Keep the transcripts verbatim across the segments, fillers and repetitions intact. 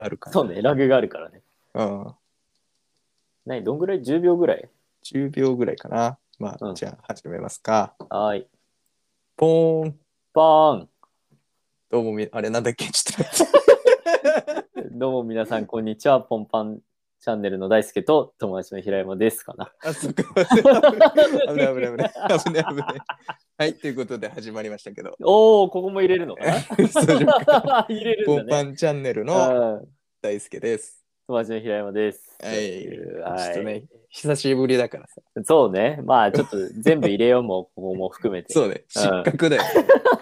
あるから。 そうね、ラグがあるからね。 うん。 何、どんぐらい ?じゅう 秒ぐらい。 じゅうびょうぐらいかな。まあ、 うん。 じゃあ始めますか。 はい。 ポーン。 パーン。 どうもみ、あれなんだっけちょっと待って。 どうも皆さん、こんにちは。ポンパンチャンネルの大輔と友達の平山ですかな。 あ、そっか、待って。危ない危ない危ない。危ない危ない。はい、ということで始まりましたけど。 おー、ここも入れるのかな。 そうしようか。 入れるんポンパだね。 ンチャンネルうのん。 大輔です。 友達の平山です。 はとい。 いう、 ちょっとはい。 ね、久しぶりだからさ。 そうね。まあ、ちょっと全部入れようも、ここも含めて。 そうね、失うん。 格だよ。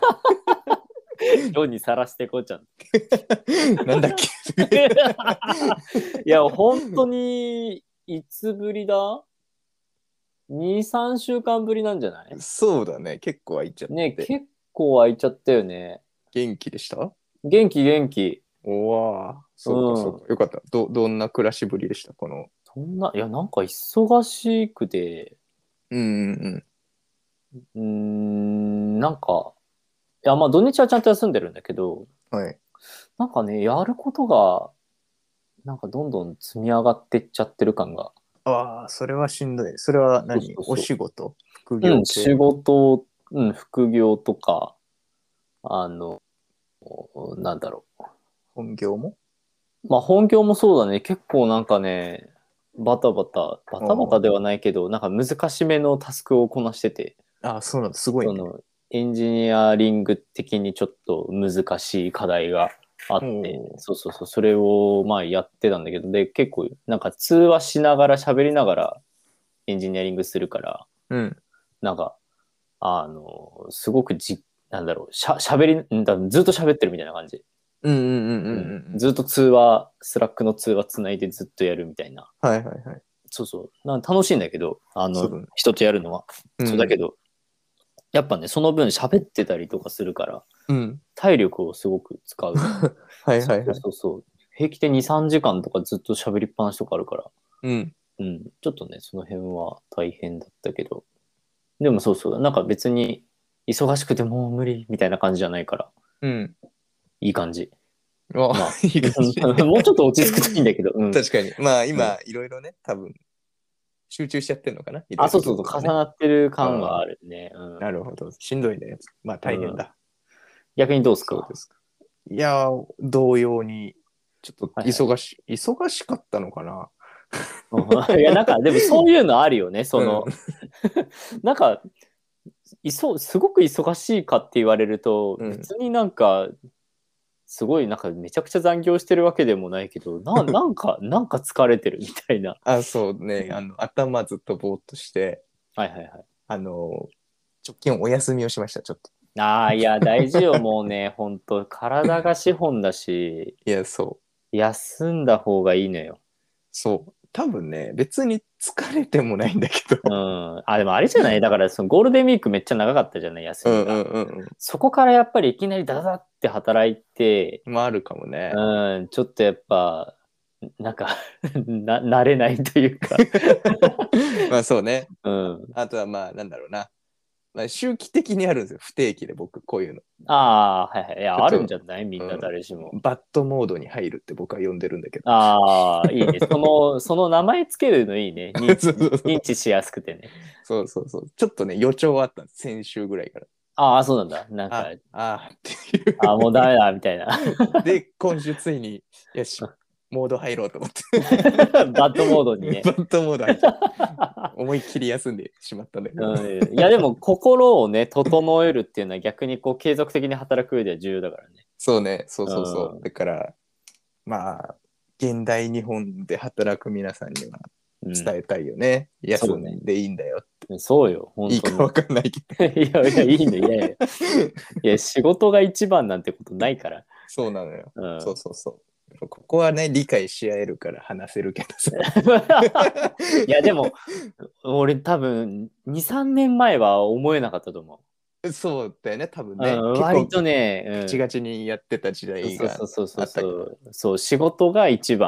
世にさらしてこうちゃん。 なんだっけいや、本当に、いつぶりだ ?に、さんしゅうかんぶりなんじゃないそうだね、結構空いちゃっね、 て。 結構空いちゃったよね。 元気でした？ 元気元気。 おわー、そうかそううん。 か。よかった。ど、どんな暮らしぶりでしたこの。 そんな、いや、なんか忙しくて、 うんうんうーん、なんか、いや、まあ土日はちゃんと休んでるんだけど、 うん。はい。 なんかね、やることが、なんかどんどん積み上がってっちゃってる感が。 ああ、それはしんどい。それはそう何おそうそ仕事副う。うん、 業系？ 仕事、うん、副業とか、あの、なんだろ本業も？ う。まあ本業もそうだね。結構なんかね、バタバタ、バタバタではないけど、なんか難しめのタスクをこなしてて、 ああ、そうなんだ。すごいね。 その、エンジニアリング的にちょっと難しい課題があって、 おそうそうそう、それをまあやってたんだけど、で、結構なんか通話しながら喋りながらエンジニアリングするから、 うん。 なんか、あの、すごくじ、なんだろう、しゃ、喋り、んだずっと喋ってるみたいな感じ。 うんうんうんうんうん。 うん。 ずっと通話、スラックの通話つないでずっとやるみたいな。 はいはいはい。 そうそう。なんか楽しいんだけど、あの、 そうだね。 人とやるのは。 うん。 そうだけど、やっぱね、その分喋ってたりとかするから、 うん。 体力をすごく使う。そうはいはいはい。 そうそう。平気でに、さんじかんとかずっと喋りっぱなしとかあるから、 うん。 うん。ちょっとね、その辺は大変だったけど、でもそうそう。なんか別に忙しくてもう無理みたいな感じじゃないから、 うん。 いい感じ。 あ、 まあ、 いい感じね。 もうちょっと落ち着くといいんだけど、うん。 確かに。まあうん、 今、いろいろね、多分、集中しちゃってんのかないろあ、 いろそうそうそう。 業務がね。 重なってる感はああ、 あるね。うん。 なるほど。しんどいね。まあ大変うん。 だ。 逆にどうすか？ そうですか。いやー、同様に、ちょっとはいはい。 忙し、忙しかったのかな。 うん、いや、なんか、でもそういうのあるよね。そうん。 の、なんか、いそ、すごく忙しいかって言われると、 うん。 別になんか、すごいなんかめちゃくちゃ残業してるわけでもないけど、な、なんか、なんか疲れてるみたいな。 あ、そうね。 うん、 あの、頭ずっとぼーっとして、 はいはいはい。 あの、直近お休みをしました、ちょっと。 ああ、いや、大事よ、もうね、本当体が資本だし、 いや、そう。 休んだ方がいいのよ。 そう。多分ね、別に疲れてもないんだけうど。 ん。あ、でもあれじゃないだから、そのゴールデンウィークめっちゃ長かったじゃない、休うんうみが。 んうんうそこからやっぱりいきなりダダダって働いて、 ん。まあ、あるかもね。 うん、ちょっとやっぱ、なんかな、慣れないというかまあ、そうね。 うん。 あとは、まあ、なんだろうな。まあ、周期的にあるんですよ。不定期で僕、こういうの。 ああ、はいはい。いや、あるんじちょっと、 ゃないみんなうん、 誰しも。 バッドモードに入るって僕は呼んでるんだけど。 ああ、いいね。その、その名前つけるのいいね。認知、 そうそうそう。 認知しやすくてね。 そうそうそう。ちょっとね、予兆あったんです。先週ぐらいから。 ああ、そうなんだ。なんか、 あ、あーってああ、もうダいう。 メだ、みたいな。 で、今週ついに、よし、モード入ろうと思って。 バッドモードにね。 バッドモード入っちゃって。思いっきり休んでしまったんだけど。 うん、いや、でも、心をね、整えるっていうのは逆にこう、継続的に働く上では重要だからね。 そうね、そうそうそう。 うだから、まあ、現代日本で働く皆さんにはん。うん。 伝えたいよね。休そうね。 んでいいんだよ。 そうよ、本当に。 いいかわかんないけど。 いやいや、いいね。いやいや。いや、仕事が一番なんてことないから。 そうなのよ。 うん。 そうそうそう。ここはね、理解し合えるから話せるけどさ。 いや、でも、俺多分、に、さんねんまえは思えなかったと思そうだよね、多分う。うね。 ん、 結構割とね、 ガチガチにやってた時うん。 代がそうそうそうそうあったから。 そう。そう、仕事が一番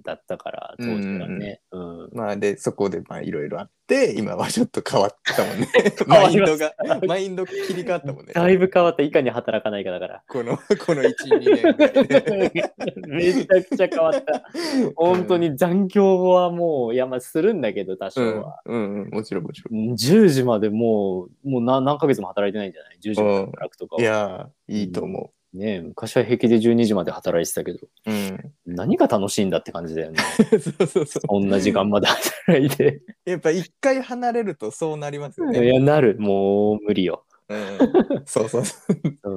だったから当時はね。うん。うん、 まあでそこでまあいろいろあって今はちょっと変わったもんね。 変マわりましインドがた。 マインド切り替わったもんね。 だいぶ変わった。いかに働かないかだから。 このこのいち、にねんぐらいで。 めちゃくちゃ変わった。本当に残業はもう、いやまあするんだけど多少は。 うん、うん、うん、もちろんもちろん。 じゅうじまでもう、もう何何ヶ月も働いてないんじゃない ?じゅう 時までうん、 働くとかは。 いやいいと思うん、ねえ、昔は平気でじゅうにじまで働いてたけど、 う。うん。 何が楽しいんだって感じだよね。 そうそうそう。 そんな時間まで働いて。 やっぱ一回離れるとそうなりますよいね。 や、なる。もう無理よ。 うん、そうそうそう。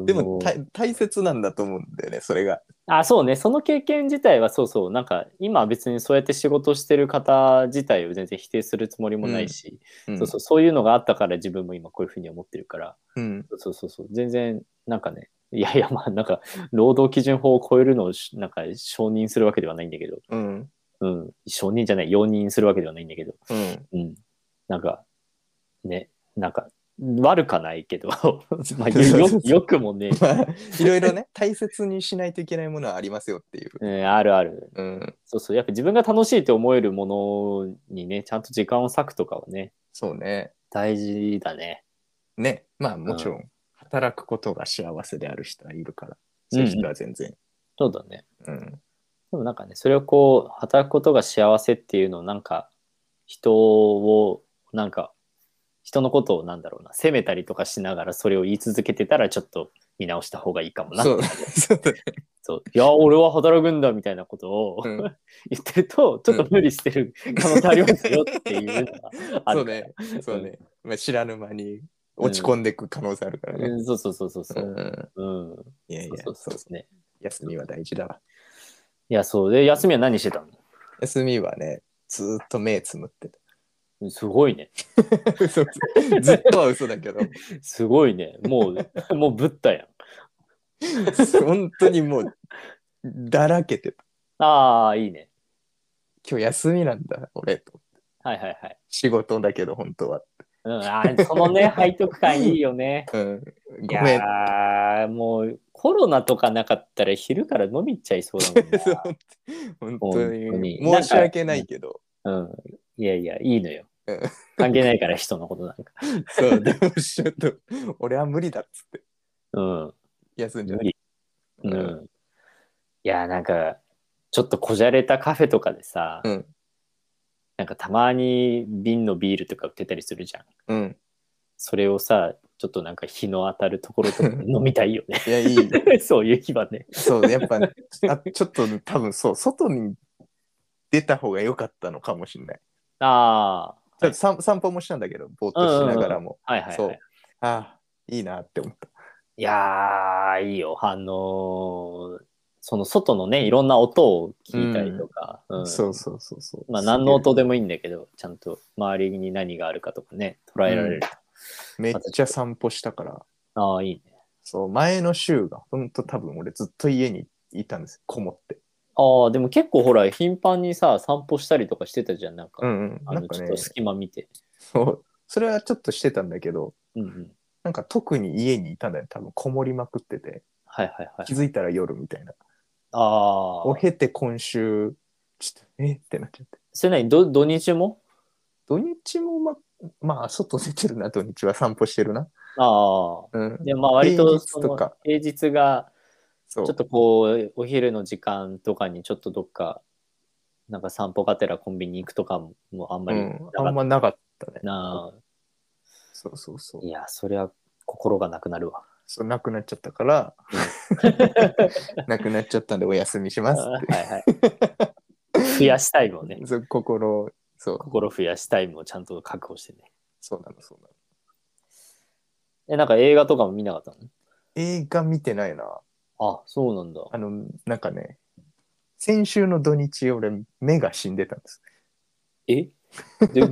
でもた大切なんだと思うんだよね、それが。 あ、そうね。その経験自体はそうそう。なんか今は別にそうやって仕事してる方自体を全然否定するつもりもないし、 うん、 そうそう、そういうのがあったから自分も今こういうふうに思ってるから、 うん、 そうそうそう、全然なんかね、いやいやまあなんか労働基準法を超えるのをなんか承認するわけではないんだけど、 うん、 うん、承認じゃない、容認するわけではないんだけど、 うん。 うん、なんかね、なんか悪かないけど、まあよよくもね、 まあ、いろいろね、大切にしないといけないものはありますよっていう。 うん、あるある。 うん、 そうそう、やっぱ自分が楽しいって思えるものにね、ちゃんと時間を割くとかはね、 そうね。 大事だね。 ね、まあもちろうんん、働くことが幸せである人はいるから、 うん、 そういう人は全然。 そうだね。 うん、 でもなんかね、それをこう、働くことが幸せっていうのをなんか、人を、なんか、人のことをなんだろうな、責めたりとかしながらそれを言い続けてたらちょっと見直した方がいいかもなって。 そう、そうだね。 そう。いや、俺は働くんだみたいなことを、 うん、 言ってると、ちょっと無理してる可能性ありますよっていうのがあるから。 そうね、そうね。まあ、知らぬ間に落ち込んでいく可能性あるからね。 うん、そうそうそうそううそう。 ん、 うん。 いやいや、 そうそうそうね。 休みは大事だわ。 いや、そうで、休みは何してた休みはね、ずーっと目つむってた。 の？すごいね。 嘘ずっとは嘘だけど、 すごいね。もう、もうぶったやん。 本当にもう、だらけてた。 ああ、いいね。 今日休みなんだ、俺と。 はいはいはい。 仕事だけど、本当は。 うん、あーそのね、背徳感いいよね。 うん、 いごめん。 やー、もうコロナとかなかったら昼から飲み行っちゃいそうだもんな。 そう本当本当にに。 申し訳ないけど。 うん。いやいや、いいのよ。 うん関係ないから人のことなんか。 そう、でもちょっと、俺は無理だっつって、 うん。 休んじゃう。 無理。ううんん。いや、なんか、ちょっとこじゃれたカフェとかでさ、 うん。 なんかたまに瓶のビールとか売ってたりするじゃん。 うん。 それをさ、ちょっとなんか日の当たるところとかで飲みたいよね。 いや、いい。 そういう日はね。 そう、やっぱ、あちょっと多分そう、外に出た方が良かったのかもしれない。 ああ。 ちょっと散散歩もしたんだけど、ぼーっとしながらも。 はいはいそう。 はい。 ああ、いいなって思った。 いやー、いいよ。あのーその外のね、いろんな音を聞いたりとか、 うんうんそうそうそうそう。 まあ何の音でもいいんだけど、ちゃんと周りに何があるかとかね、捉えられると。 めっちゃ散歩したから、 ああ、いいね。 そう、前の週が本当多分俺ずっと家にいたんです。こもって。 ああ、でも結構ほら、頻繁にさ、散歩したりとかしてたじゃん。なんか、 うんうん。 あの、 なんかねちょっと隙間見て。 そう、それはちょっとしてたんだけど、 うんうん。 なんか特に家にいたんだよ。多分こもりまくってて、 はいはいはい。 気づいたら夜みたいな。 ああ。 を経て今週、ちょっと、えってなっちゃって。 それ何ど土日も土日もま、まあ、外出てるな、土日は散歩してるな。 ああ。 うん。 でもまあ割平とその日とか、 平日がそう。 ちょっとこうお昼の時間とかにちょっとどっかなんか散歩がてらコンビニ行くとかももあんまりなうん、 かったあんまなかったね。 な。 そうそうそう。 いや、それは心がなくなるわ。 そう、なくなっちゃったから、なくなっちゃったんでお休みしますって。 はいはい。増やしたいもんね。 そう心、そう、 心増やしたいもちゃんと確保してね。 そうなの、そうなの。 え、なんか映画とかも見なかったの？ 映画見てないな。 あ、そうなんだ。 あの、なんかね、先週の土日、俺、目が死んでたんです。 えで、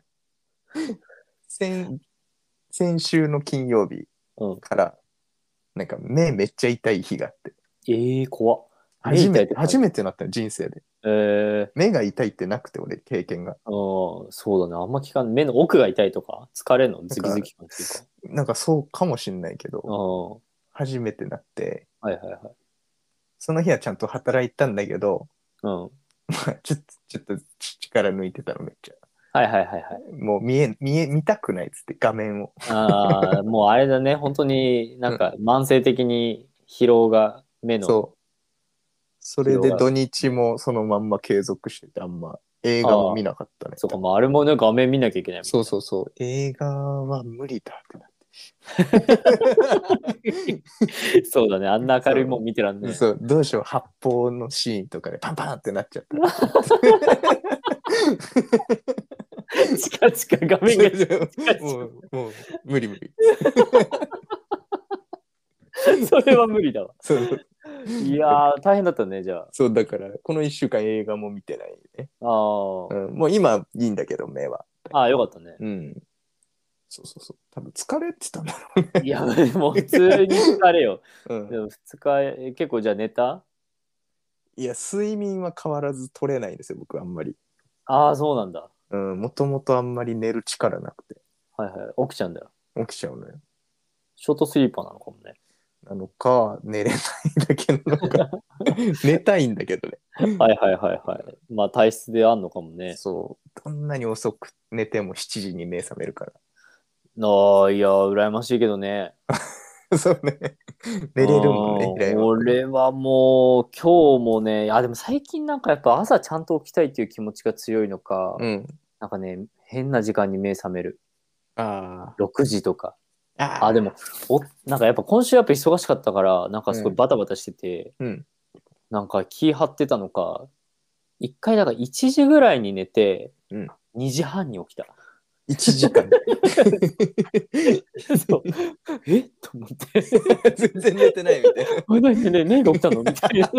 先、先週の金曜日うん。 から、なんか目めっちゃ痛い日があって、 えー、怖っ。 初めて、初めめてなったの、人生で。 えー、 目が痛いってなくて、俺、経験が。 あーそうだね。あんま聞かん。目の奥が痛いとか、疲れるのズキズキ感っていうか。 なんかそうかもしんないけあど、 あ、は初めてなって、 いはいはい。 その日はちゃんと働いたんだけど、 うん。 ちょっと、ちょっと力抜いてたのめっちゃ。 はいはいはいはい。 もう見え、見え、見たくないっつって画面を。 ああ、もうあれだね、本当になんか慢性的に疲労が、目のそう。そ疲労が。 れで土日もそのまんま継続してて、あんま映画も見なかったね。 そうか、まああれもね、画面見なきゃいけないもんね。 そうそうそう。映画は無理だってなって。 そうだね、あんな明るいもん見てらんね。 そう、どうしよう、発砲のシーンとかでパンパンってなっちゃった。 チカチカ画面がチカチカもう、もう、無理無理。 それは無理だわ。 そういやー、大変だったね、じゃあ。 そう、だから、このいっしゅうかん映画も見てないね。 あー、 うん、もう今いいんだけど、目は。 あー、よかったね。 うん。そうそうそう。多分疲れてたんだろうね。 いや、もう普通に疲れよ。 うんでもふつか、結構じゃあ寝た？ いや、睡眠は変わらず取れないんですよ、僕あんまり。 ああ、そうなんだ。 うん、もともとあんまり寝る力なくて、 はいはい。起きちゃうんだよ。 起きちゃうのよ。 ショートスリーパーなのかもね。 なのか、寝れないだけなのか。寝たいんだけどね。 はいはいはいはい。まあ体質であんのかもね。 そう。どんなに遅く寝てもしちじに目覚めるかああ、いや、羨ましいけどね。 ら。そうね。寝れるもんね、 うん平山君。 俺はもう今日もね、あ、でも最近なんかやっぱ朝ちゃんと起きたいっていう気持ちが強いのか、 うん。 なんかね、変な時間に目覚める。 あろくじとか。 あ。 あ、でも、お、なんかやっぱ今週やっぱ忙しかったから、なんかすごいうんバタバタしてて、 うん。 なんか気張ってたのか、一回だからいちじぐらいに寝て、 うん。 にじはんに起きた。 いちじかん。 そう。えと思って。 全然寝てないみたいな。 あ、何ね、何が起きたのみたいな。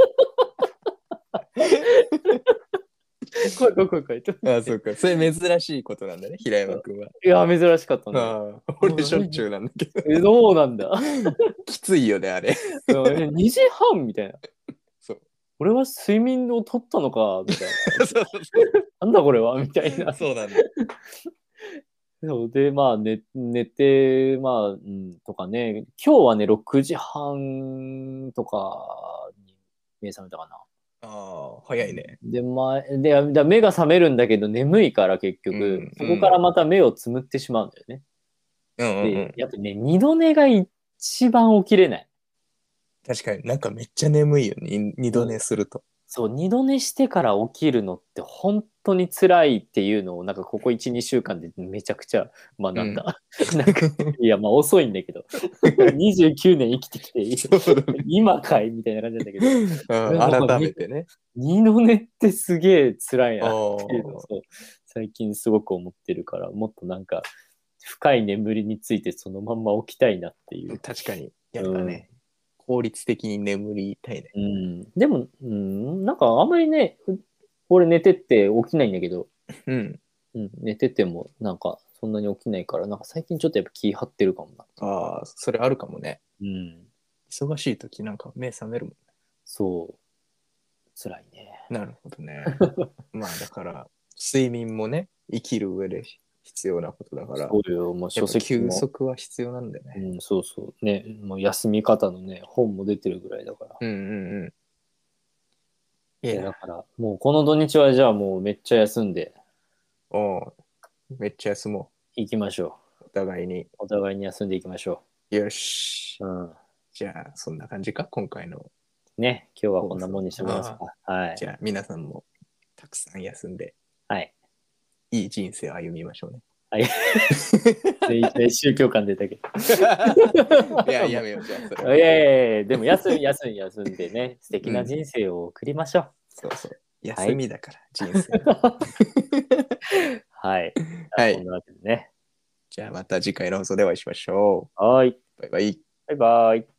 怖い怖い怖い怖い。 ああ、そうか。それ珍しいことなんだね、平山君は。 いや、珍しかったね。 ああ、俺しょっちゅうなんだけど。 え、どうなんだ。 きついよね、あれ。 えにじはんみたいな。 そう。 俺は睡眠を取ったのかみたいな。 そうそうそうなんだこれはみたいな。 そうなんだ。 そうで、まあ寝、寝て、まあ、うん、とかね、今日はね、ろくじはんとかに目覚めたかな。 ああ、早いね。 で、まあ、で、だ目が覚めるんだけど眠いから結局、 うんそこからまた目をつむってしまうんだよね。 うんうんうで、 ん。 やっぱね、二度寝が一番起きれない。 確かになんかめっちゃ眠いよね。に二度寝すると。 そう、二度寝してから起きるのって本当に辛いっていうのを、なんかここいち、にしゅうかんでめちゃくちゃ学んだ。なんか、いや、まあ遅いんだけど。にじゅうきゅうねん生きてきて、 そうだね。 今かいみたいな感じなんだけど。 うん改めてね。 二度寝ってすげえ辛いなあっていうのをあ。 そう最近すごく思ってるから、もっとなんか深い眠りについてそのまんま起きたいなっていう。 確かに。やっぱね、効率的に眠りたいね。 うん。でも、うん、なんかあんまりね、俺寝てって起きないんだけど、 うん。 うん、寝ててもなんかそんなに起きないから、なんか最近ちょっとやっぱ気張ってるかもな。 ああ、それあるかもね。 うん。 忙しい時なんか目覚めるもんね。 そう。辛いね。 なるほどね。まあだから、睡眠もね、生きる上で必要なことだから、 そうよ、もう書やっぱ休籍も。 息は必要なんだよね。 うん、そうそう。ね、もう休み方のね、本も出てるぐらいだから。 うんうんうん。いいや、 や、 だから、もうこの土日はじゃあもうめっちゃ休んでおうめっちゃ休もいきましょう。お互いに。 う。お互いに休んでいきましょよし。 う。うん。 じゃあ、そんな感じか、今回の。 ね、今日はこんなもんにしておきますか。はい。 じゃあ、皆さんもたくさん休んで、 はい。 いい人生を歩みましょうね。 はい。で宗教観出たけいや、やめよう、じゃあ、そど。 れ。 いやいやいや、でも休み、休み、休んでね、素敵な人生を送りましょう。 そうそう。休みだから、人生。 はい。 はいそんなわけでね。 じゃあ、また次回の放送でお会いしましょはい。 う。バイバイ。 バイバイ。